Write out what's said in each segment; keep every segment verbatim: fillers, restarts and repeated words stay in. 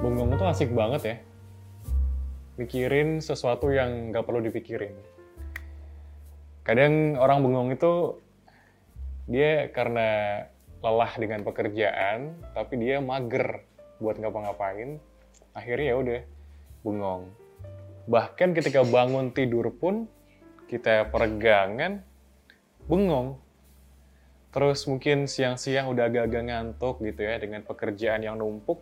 Bengong tuh asik banget ya. Mikirin sesuatu yang nggak perlu dipikirin. Kadang orang bengong itu dia karena lelah dengan pekerjaan, tapi dia mager buat ngapa-ngapain. Akhirnya ya udah bengong. Bahkan ketika bangun tidur pun kita peregangan, bengong. Terus mungkin siang-siang udah agak-agak ngantuk gitu ya dengan pekerjaan yang numpuk.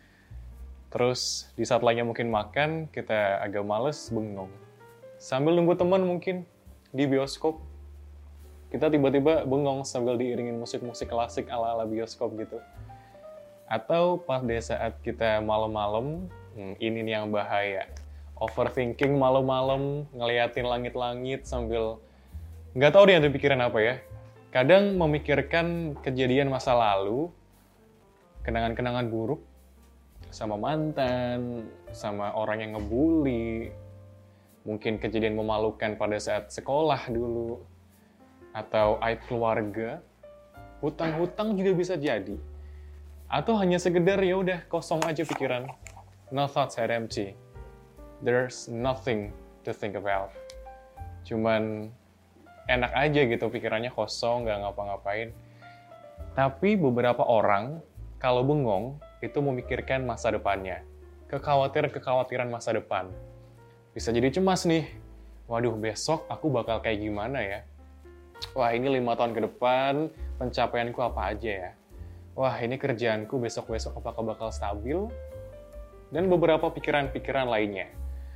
Terus di saat lainnya mungkin makan, kita agak males, bengong. Sambil nunggu teman mungkin di bioskop, kita tiba-tiba bengong sambil diiringin musik-musik klasik ala-ala bioskop gitu. Atau pada saat kita malam-malam, hmm, ini nih yang bahaya. Overthinking malam-malam, ngeliatin langit-langit sambil nggak tahu deh ada pikiran apa ya. Kadang memikirkan kejadian masa lalu, kenangan-kenangan buruk, sama mantan, sama orang yang ngebully, mungkin kejadian memalukan pada saat sekolah dulu, atau aib keluarga, hutang-hutang juga bisa jadi. Atau hanya sekedar ya udah kosong aja pikiran. No thoughts are empty. There's nothing to think about. Cuman enak aja gitu pikirannya kosong, nggak ngapa-ngapain. Tapi beberapa orang kalau bengong itu memikirkan masa depannya. Kekhawatiran-kekhawatiran masa depan. Bisa jadi cemas nih. Waduh, besok aku bakal kayak gimana ya? Wah, ini lima tahun ke depan, pencapaianku apa aja ya? Wah, ini kerjaanku besok-besok apakah bakal stabil? Dan beberapa pikiran-pikiran lainnya.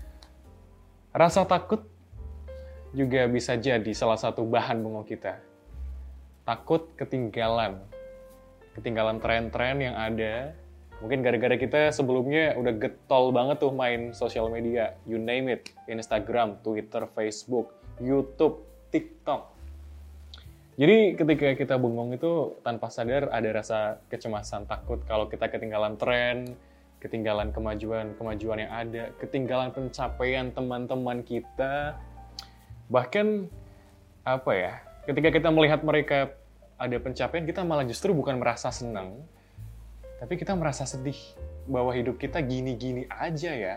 Rasa takut juga bisa jadi salah satu bahan bengong kita. Takut ketinggalan. Ketinggalan tren-tren yang ada. Mungkin gara-gara kita sebelumnya udah getol banget tuh main sosial media. You name it. Instagram, Twitter, Facebook, YouTube, TikTok. Jadi ketika kita bengong itu tanpa sadar ada rasa kecemasan, takut kalau kita ketinggalan tren, ketinggalan kemajuan-kemajuan yang ada, ketinggalan pencapaian teman-teman kita. Bahkan, apa ya, ketika kita melihat mereka ada pencapaian, kita malah justru bukan merasa senang, tapi kita merasa sedih bahwa hidup kita gini-gini aja ya.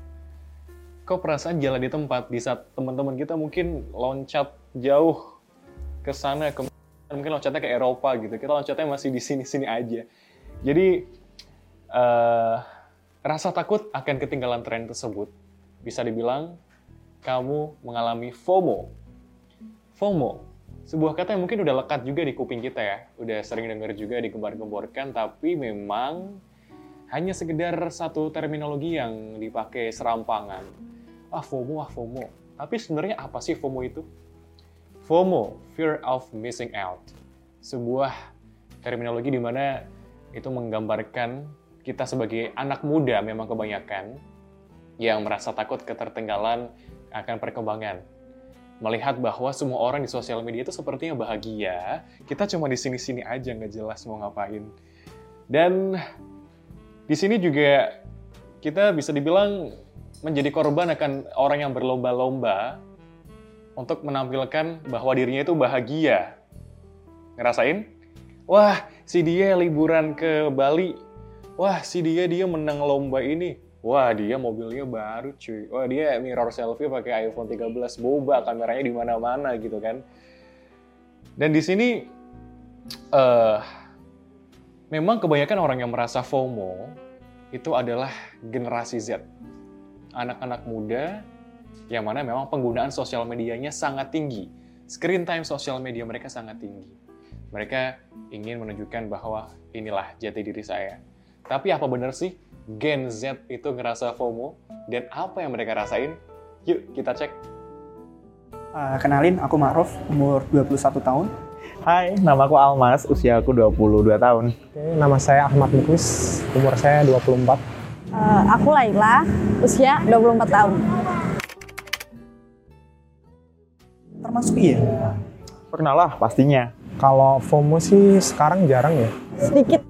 Kok perasaan jalan di tempat di saat teman-teman kita mungkin loncat jauh ke sana, ke mungkin loncatnya ke Eropa gitu, kita loncatnya masih di sini-sini aja. Jadi, uh, rasa takut akan ketinggalan tren tersebut bisa dibilang kamu mengalami FOMO. FOMO, sebuah kata yang mungkin udah lekat juga di kuping kita ya. Udah sering dengar juga digembar-gemborkan, tapi memang hanya sekedar satu terminologi yang dipakai serampangan. Ah FOMO, ah FOMO. Tapi sebenarnya apa sih FOMO itu? FOMO, Fear of Missing Out. Sebuah terminologi di mana itu menggambarkan kita sebagai anak muda memang kebanyakan yang merasa takut ketertinggalan akan perkembangan. Melihat bahwa semua orang di sosial media itu sepertinya bahagia, kita cuma di sini-sini aja nggak jelas mau ngapain. Dan di sini juga kita bisa dibilang menjadi korban akan orang yang berlomba-lomba untuk menampilkan bahwa dirinya itu bahagia. Ngerasain? Wah, si dia liburan ke Bali. Wah, si dia dia menang lomba ini. Wah, dia mobilnya baru cuy. Wah, dia mirror selfie pakai iPhone tiga belas, boba, kameranya di mana-mana gitu kan. Dan di sini uh, memang kebanyakan orang yang merasa FOMO itu adalah generasi Z. Anak-anak muda yang mana memang penggunaan sosial medianya sangat tinggi. Screen time sosial media mereka sangat tinggi. Mereka ingin menunjukkan bahwa inilah jati diri saya. Tapi apa benar sih Gen Z itu ngerasa FOMO? Dan apa yang mereka rasain? Yuk kita cek. Uh, kenalin, aku Ma'ruf, umur dua puluh satu tahun. Hai, nama aku Almas, usia aku dua puluh dua tahun. Oke, nama saya Ahmad Muklis, umur saya dua puluh empat. Uh, aku Laila, usia dua puluh empat tahun. Termasuk iya? Pernah lah, pastinya. Kalau FOMO sih sekarang jarang ya. Sedikit.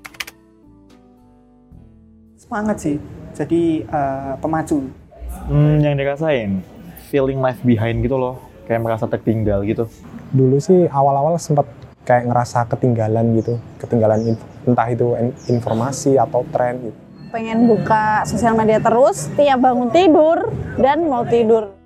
Semangat sih, jadi uh, pemacu. Hmm, yang dirasain, feeling life behind gitu loh, kayak merasa tertinggal gitu. Dulu sih awal-awal sempat kayak ngerasa ketinggalan gitu, ketinggalan inf- entah itu informasi atau tren gitu. pengen buka sosial media terus tiap bangun tidur dan mau tidur.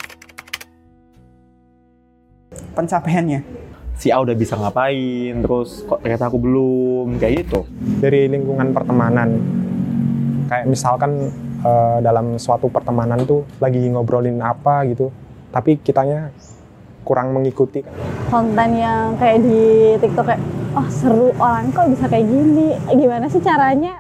Pencapaiannya. Si A udah bisa ngapain, terus kok ternyata aku belum, kayak gitu. Dari lingkungan pertemanan, kayak misalkan eh, dalam suatu pertemanan tuh lagi ngobrolin apa gitu, tapi kitanya kurang mengikuti. Konten yang kayak di TikTok kayak, oh seru, orang kok bisa kayak gini, gimana sih caranya?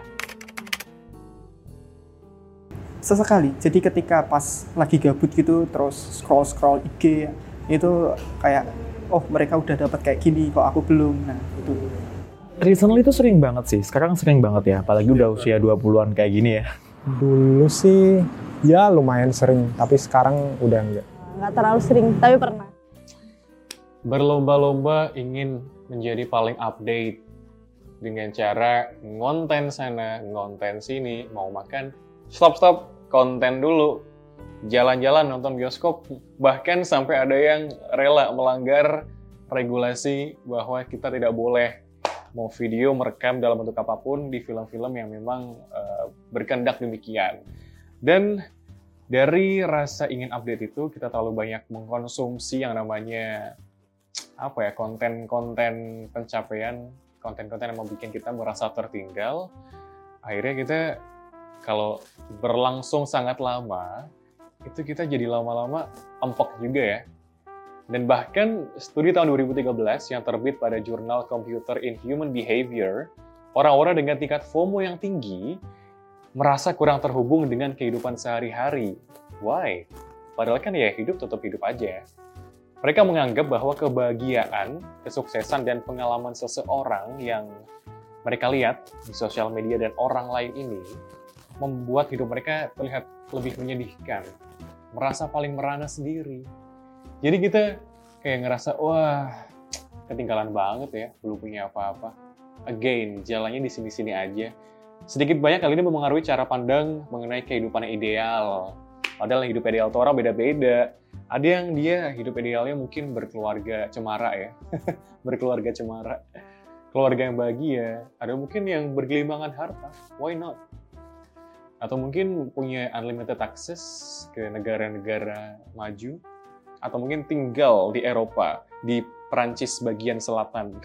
Sesekali, jadi ketika pas lagi gabut gitu, terus scroll-scroll I G, itu kayak, oh mereka udah dapat kayak gini, kok aku belum. Nah, itu. Recently itu sering banget sih, sekarang sering banget ya, apalagi udah usia dua puluhan kayak gini ya. Dulu sih ya lumayan sering, tapi sekarang udah enggak. Nggak terlalu sering, tapi pernah. Berlomba-lomba ingin menjadi paling update dengan cara ngonten sana, ngonten sini, mau makan, stop-stop, konten dulu, jalan-jalan nonton bioskop, bahkan sampai ada yang rela melanggar regulasi bahwa kita tidak boleh mau video merekam dalam bentuk apapun di film-film yang memang uh, berkehendak demikian. Dan dari rasa ingin update itu, kita terlalu banyak mengkonsumsi yang namanya apa ya, konten-konten pencapaian, konten-konten yang membuat kita merasa tertinggal. Akhirnya kita kalau berlangsung sangat lama, itu kita jadi lama-lama empok juga ya. Dan bahkan studi tahun dua ribu tiga belas yang terbit pada jurnal Computer in Human Behavior, orang-orang dengan tingkat FOMO yang tinggi merasa kurang terhubung dengan kehidupan sehari-hari. Why? Padahal kan ya hidup tetap hidup aja. Mereka menganggap bahwa kebahagiaan, kesuksesan, dan pengalaman seseorang yang mereka lihat di sosial media dan orang lain ini membuat hidup mereka terlihat lebih menyedihkan, merasa paling merana sendiri. Jadi kita kayak ngerasa, wah, ketinggalan banget ya, belum punya apa-apa. Again, jalannya di sini-sini aja. Sedikit banyak kali ini mempengaruhi cara pandang mengenai kehidupan yang ideal. Padahal hidup ideal itu orang beda-beda. Ada yang dia hidup idealnya mungkin berkeluarga cemara ya, berkeluarga cemara, keluarga yang bahagia. Ada mungkin yang bergelimbangan harta, why not? Atau mungkin punya unlimited access ke negara-negara maju, atau mungkin tinggal di Eropa, di Perancis bagian selatan.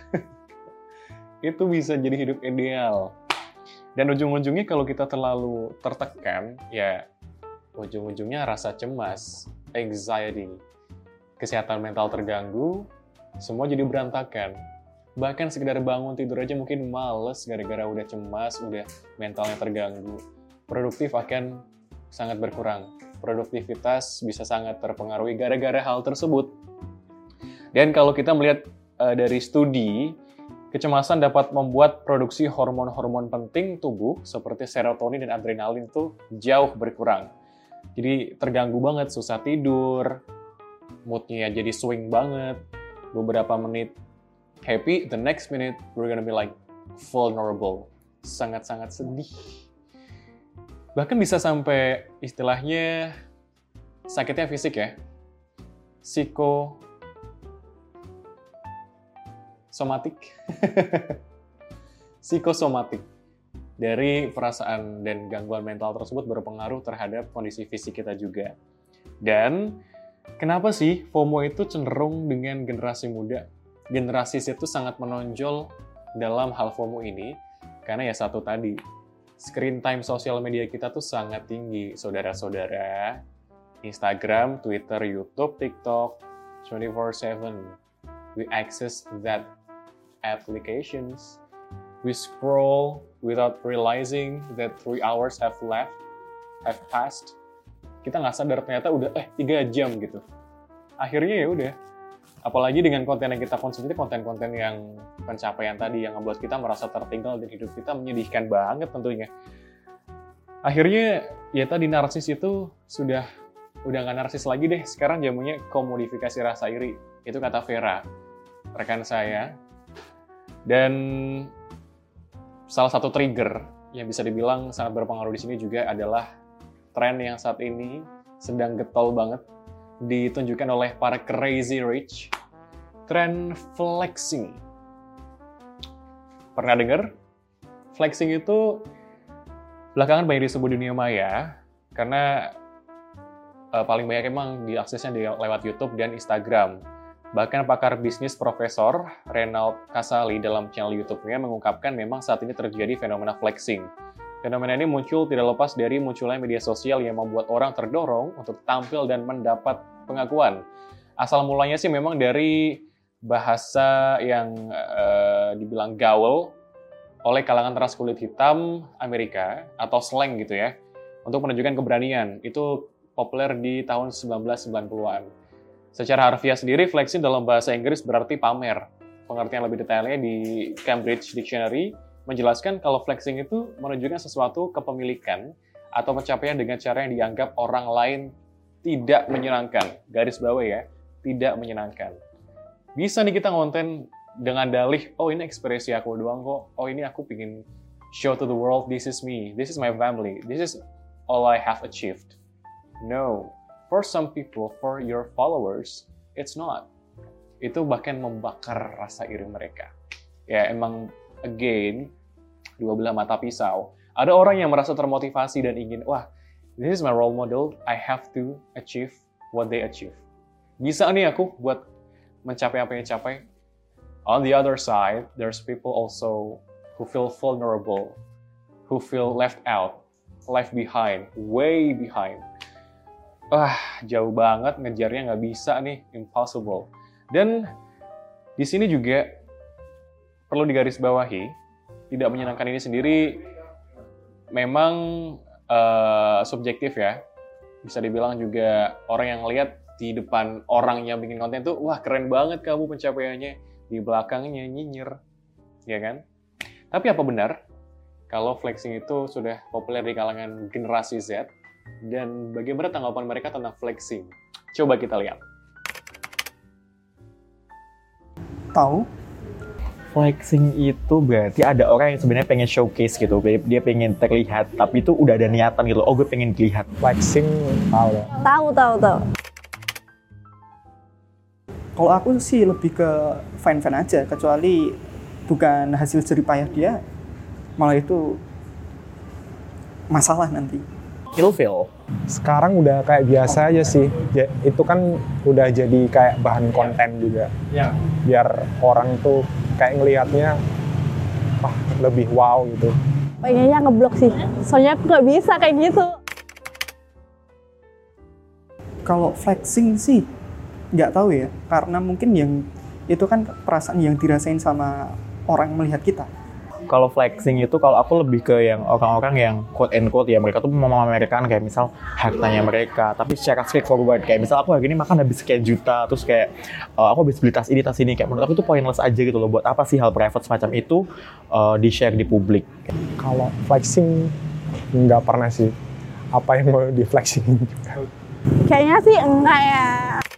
Itu bisa jadi hidup ideal. Dan ujung-ujungnya kalau kita terlalu tertekan, ya ujung-ujungnya rasa cemas, anxiety, kesehatan mental terganggu, semua jadi berantakan. Bahkan sekedar bangun tidur aja mungkin males gara-gara udah cemas, udah mentalnya terganggu. Produktif akan sangat berkurang. Produktivitas bisa sangat terpengaruhi gara-gara hal tersebut. Dan kalau kita melihat uh, dari studi, kecemasan dapat membuat produksi hormon-hormon penting tubuh seperti serotonin dan adrenalin itu jauh berkurang. Jadi terganggu banget, susah tidur, moodnya jadi swing banget, beberapa menit happy, the next minute we're gonna be like vulnerable, sangat-sangat sedih. Bahkan bisa sampai istilahnya sakitnya fisik ya, psikosomatik, psikosomatik. Dari perasaan dan gangguan mental tersebut berpengaruh terhadap kondisi fisik kita juga. Dan kenapa sih FOMO itu cenderung dengan generasi muda? Generasi Z itu sangat menonjol dalam hal FOMO ini, karena ya satu tadi, screen time sosial media kita tuh sangat tinggi, saudara-saudara. Instagram, Twitter, YouTube, TikTok, twenty-four seven. We access that applications. We scroll without realizing that three hours have left, have passed. Kita nggak sadar ternyata udah eh tiga jam gitu. Akhirnya ya udah. Apalagi dengan konten yang kita konsumsi, konten-konten yang pencapaian tadi yang membuat kita merasa tertinggal dan hidup kita menyedihkan banget tentunya. Akhirnya ya tadi narsis itu sudah udah nggak narsis lagi deh. Sekarang zamannya komodifikasi rasa iri. Itu kata Vera, rekan saya. Dan salah satu trigger yang bisa dibilang sangat berpengaruh di sini juga adalah tren yang saat ini sedang getol banget ditunjukkan oleh para crazy rich, tren flexing. Pernah dengar? Flexing itu belakangan banyak disebut dunia maya karena uh, paling banyak emang diaksesnya di, lewat YouTube dan Instagram. Bahkan pakar bisnis Profesor Renald Kasali dalam channel YouTube-nya mengungkapkan memang saat ini terjadi fenomena flexing. Fenomena ini muncul tidak lepas dari munculnya media sosial yang membuat orang terdorong untuk tampil dan mendapat pengakuan. Asal mulanya sih memang dari bahasa yang uh, dibilang gaul oleh kalangan ras kulit hitam Amerika atau slang gitu ya, untuk menunjukkan keberanian. Itu populer di tahun sembilan belas sembilan puluhan. Secara harfiah sendiri, flexing dalam bahasa Inggris berarti pamer. Pengertian lebih detailnya di Cambridge Dictionary menjelaskan kalau flexing itu menunjukkan sesuatu kepemilikan atau pencapaian dengan cara yang dianggap orang lain tidak menyenangkan. Garis bawah ya, tidak menyenangkan. Bisa nih kita ngonten dengan dalih, oh ini ekspresi aku doang kok, oh ini aku pingin show to the world, this is me, this is my family, this is all I have achieved. No, for some people, for your followers, it's not. Itu bahkan membakar rasa iri mereka. Ya emang, again, dua belah mata pisau. Ada orang yang merasa termotivasi dan ingin, wah, this is my role model, I have to achieve what they achieve. Bisa nih aku buat mencapai apa yang capai. On the other side, there's people also who feel vulnerable, who feel left out, left behind, way behind. Wah, jauh banget ngejarnya nggak bisa nih, impossible. Dan di sini juga perlu digarisbawahi, tidak menyenangkan ini sendiri memang uh, subjektif ya. Bisa dibilang juga orang yang lihat di depan orang yang bikin konten tuh, wah keren banget kamu pencapaiannya. Di belakangnya nyinyir, ya kan? Tapi apa benar kalau flexing itu sudah populer di kalangan generasi Z? Dan bagaimana tanggapan mereka tentang flexing? Coba kita lihat. Tahu? Flexing itu berarti ada orang yang sebenarnya pengen showcase gitu, dia pengen terlihat, tapi itu udah ada niatan gitu, oh gue pengen dilihat. Flexing, tahu ya? Tahu, tahu, tahu. Kalau aku sih lebih ke fine-fine aja, kecuali bukan hasil jeripayah dia, malah itu masalah nanti. Ilfil. Sekarang udah kayak biasa aja sih. Ya, itu kan udah jadi kayak bahan konten juga. Ya. Biar orang tuh kayak ngelihatnya, wah lebih wow gitu. Pengennya ngeblok sih, soalnya aku nggak bisa kayak gitu. Kalau flexing sih, nggak tahu ya, karena mungkin yang itu kan perasaan yang dirasain sama orang melihat kita. Kalau flexing itu, kalau aku lebih ke yang orang-orang yang quote and quote ya, mereka tuh memamerkan kayak misal hartanya mereka, tapi secara straightforward, kayak misal aku hari ini makan habis sekian juta, terus kayak uh, aku habis beli tas ini, tas ini, kayak menurut aku itu pointless aja gitu loh. Buat apa sih hal private semacam itu uh, di-share di publik? Kalau flexing nggak pernah sih. Apa yang mau di flexingin juga? Kayaknya sih enggak ya.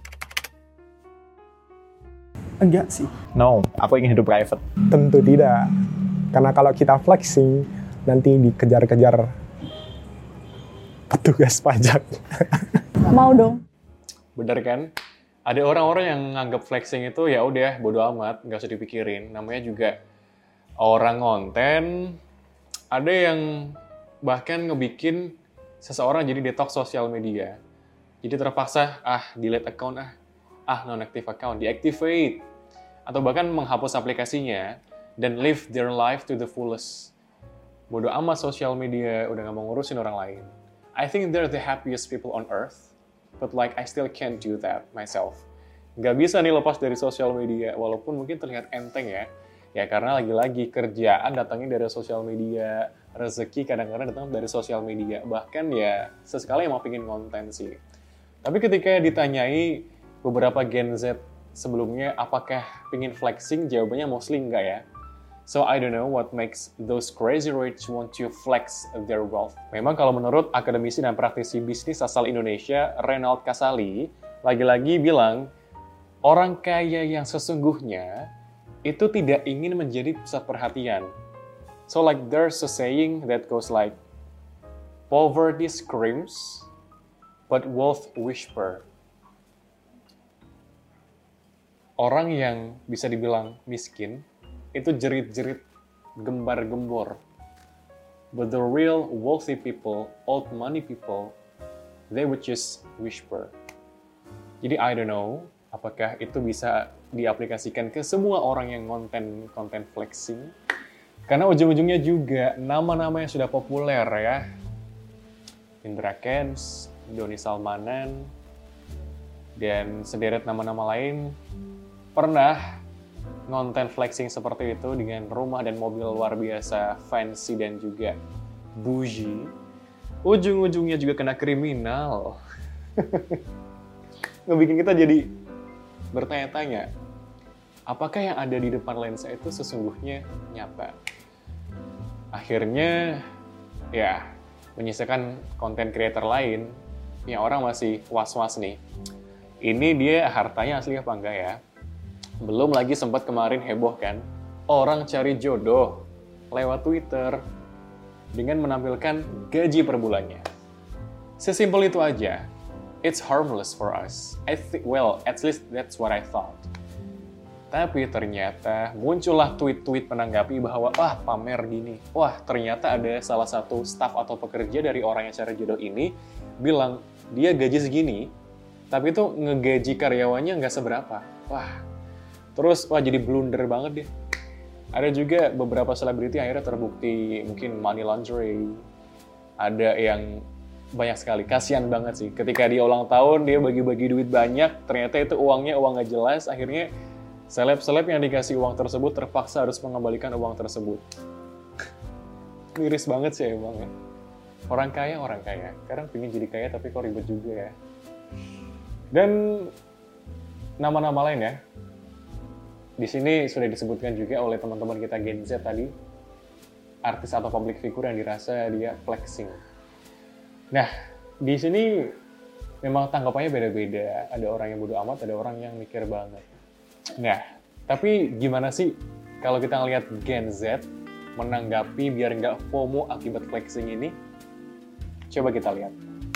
Enggak sih. No, aku ingin hidup private. Tentu tidak. Karena kalau kita flexing, nanti dikejar-kejar petugas pajak. Mau dong. Bener kan? Ada orang-orang yang nganggap flexing itu ya udah bodo amat, nggak usah dipikirin. Namanya juga orang konten. Ada yang bahkan ngebikin seseorang jadi detox sosial media. Jadi terpaksa, ah delete account ah, ah non-active account, deactivate. Atau bahkan menghapus aplikasinya dan live their life to the fullest. Bodo amat sosial media, udah gak mau ngurusin orang lain. I think they're the happiest people on earth, but like I still can't do that myself. Gak bisa nih lepas dari sosial media, walaupun mungkin terlihat enteng ya. Ya karena lagi-lagi kerjaan datangnya dari sosial media, rezeki kadang-kadang datang dari sosial media. Bahkan ya sesekali emang pingin konten sih. Tapi ketika ditanyai beberapa Gen Z sebelumnya apakah pingin flexing, jawabannya mostly enggak ya. So I don't know what makes those crazy rich want to flex their wealth. Memang kalau menurut akademisi dan praktisi bisnis asal Indonesia, Renald Kasali, lagi-lagi bilang, orang kaya yang sesungguhnya itu tidak ingin menjadi pusat perhatian. So like there's a saying that goes like, poverty screams, but wealth whisper. Orang yang bisa dibilang miskin, itu jerit-jerit, gembar-gembor. But the real wealthy people, old money people, they would just whisper. Jadi I don't know, apakah itu bisa diaplikasikan ke semua orang yang konten konten flexing? Karena ujung-ujungnya juga nama-nama yang sudah populer ya, Indra Kents, Doni Salmanan, dan sederet nama-nama lain pernah ngonten flexing seperti itu dengan rumah dan mobil luar biasa fancy dan juga bougie. Ujung-ujungnya juga kena kriminal. Ngebikin kita jadi bertanya-tanya, apakah yang ada di depan lensa itu sesungguhnya nyata? Akhirnya, ya, menyisakan konten creator lain yang orang masih was-was nih. Ini dia hartanya asli apa enggak ya? Belum lagi sempat kemarin heboh kan, orang cari jodoh lewat Twitter dengan menampilkan gaji per bulannya. Sesimpel itu aja. It's harmless for us. I think, well, at least that's what I thought. Tapi ternyata muncullah tweet-tweet menanggapi bahwa, wah pamer gini. Wah ternyata ada salah satu staff atau pekerja dari orang yang cari jodoh ini bilang dia gaji segini, tapi itu ngegaji karyawannya nggak seberapa. Wah, terus wah jadi blunder banget deh. Ada juga beberapa selebriti akhirnya terbukti mungkin money laundering. Ada yang banyak sekali, kasihan banget sih. Ketika dia ulang tahun, dia bagi-bagi duit banyak, ternyata itu uangnya uang nggak jelas, akhirnya seleb-seleb yang dikasih uang tersebut terpaksa harus mengembalikan uang tersebut. Miris banget sih emang ya. Orang kaya, orang kaya. Kadang pengen jadi kaya tapi kok ribet juga ya. Dan nama-nama lain ya. Di sini sudah disebutkan juga oleh teman-teman kita Gen Z tadi, artis atau public figure yang dirasa dia flexing. Nah, di sini memang tanggapannya beda-beda. Ada orang yang bodo amat, ada orang yang mikir banget. Nah, tapi gimana sih kalau kita ngelihat Gen Z menanggapi biar nggak FOMO akibat flexing ini? Coba kita lihat.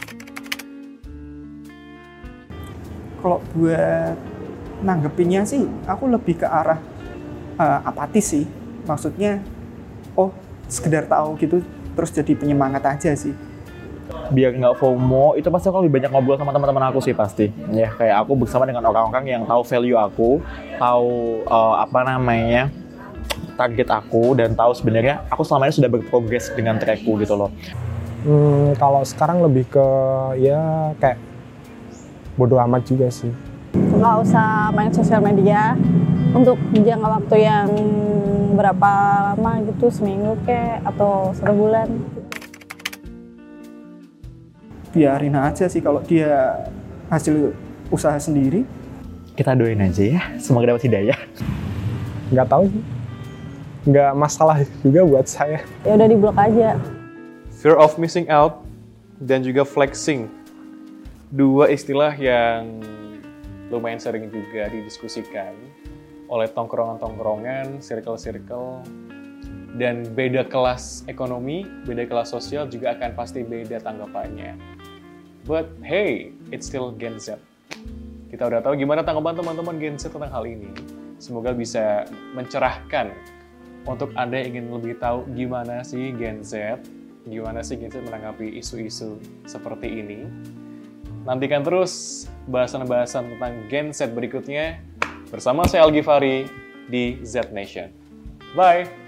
Kalau buat nanggepinnya sih, aku lebih ke arah uh, apatis sih. Maksudnya, oh sekedar tahu gitu, terus jadi penyemangat aja sih. Biar nggak FOMO, itu pasti aku lebih banyak ngobrol sama teman-teman aku sih pasti. Ya kayak aku bersama dengan orang-orang yang tahu value aku, tahu uh, apa namanya target aku, dan tahu sebenarnya aku selama ini sudah berprogres dengan trackku gitu loh. Hmm, kalau sekarang lebih ke ya kayak bodo amat juga sih. Nggak usah main sosial media untuk jangka waktu yang berapa lama gitu, seminggu kek atau satu bulan. Biarin aja sih kalau dia hasil usaha sendiri. Kita doain aja ya, semoga dapat hidayah. Nggak tahu sih, nggak masalah juga buat saya. Ya udah diblok aja. Fear of missing out dan juga flexing. Dua istilah yang lumayan sering juga didiskusikan oleh tongkrongan-tongkrongan, circle-circle, dan beda kelas ekonomi, beda kelas sosial juga akan pasti beda tanggapannya. But hey, it's still Gen Z. Kita udah tahu gimana tanggapan teman-teman Gen Z tentang hal ini. Semoga bisa mencerahkan untuk Anda yang ingin lebih tahu gimana sih Gen Z, gimana sih Gen Z menanggapi isu-isu seperti ini. Nantikan terus bahasan-bahasan tentang Gen Z berikutnya bersama saya Algi Fari di Z Nation. Bye!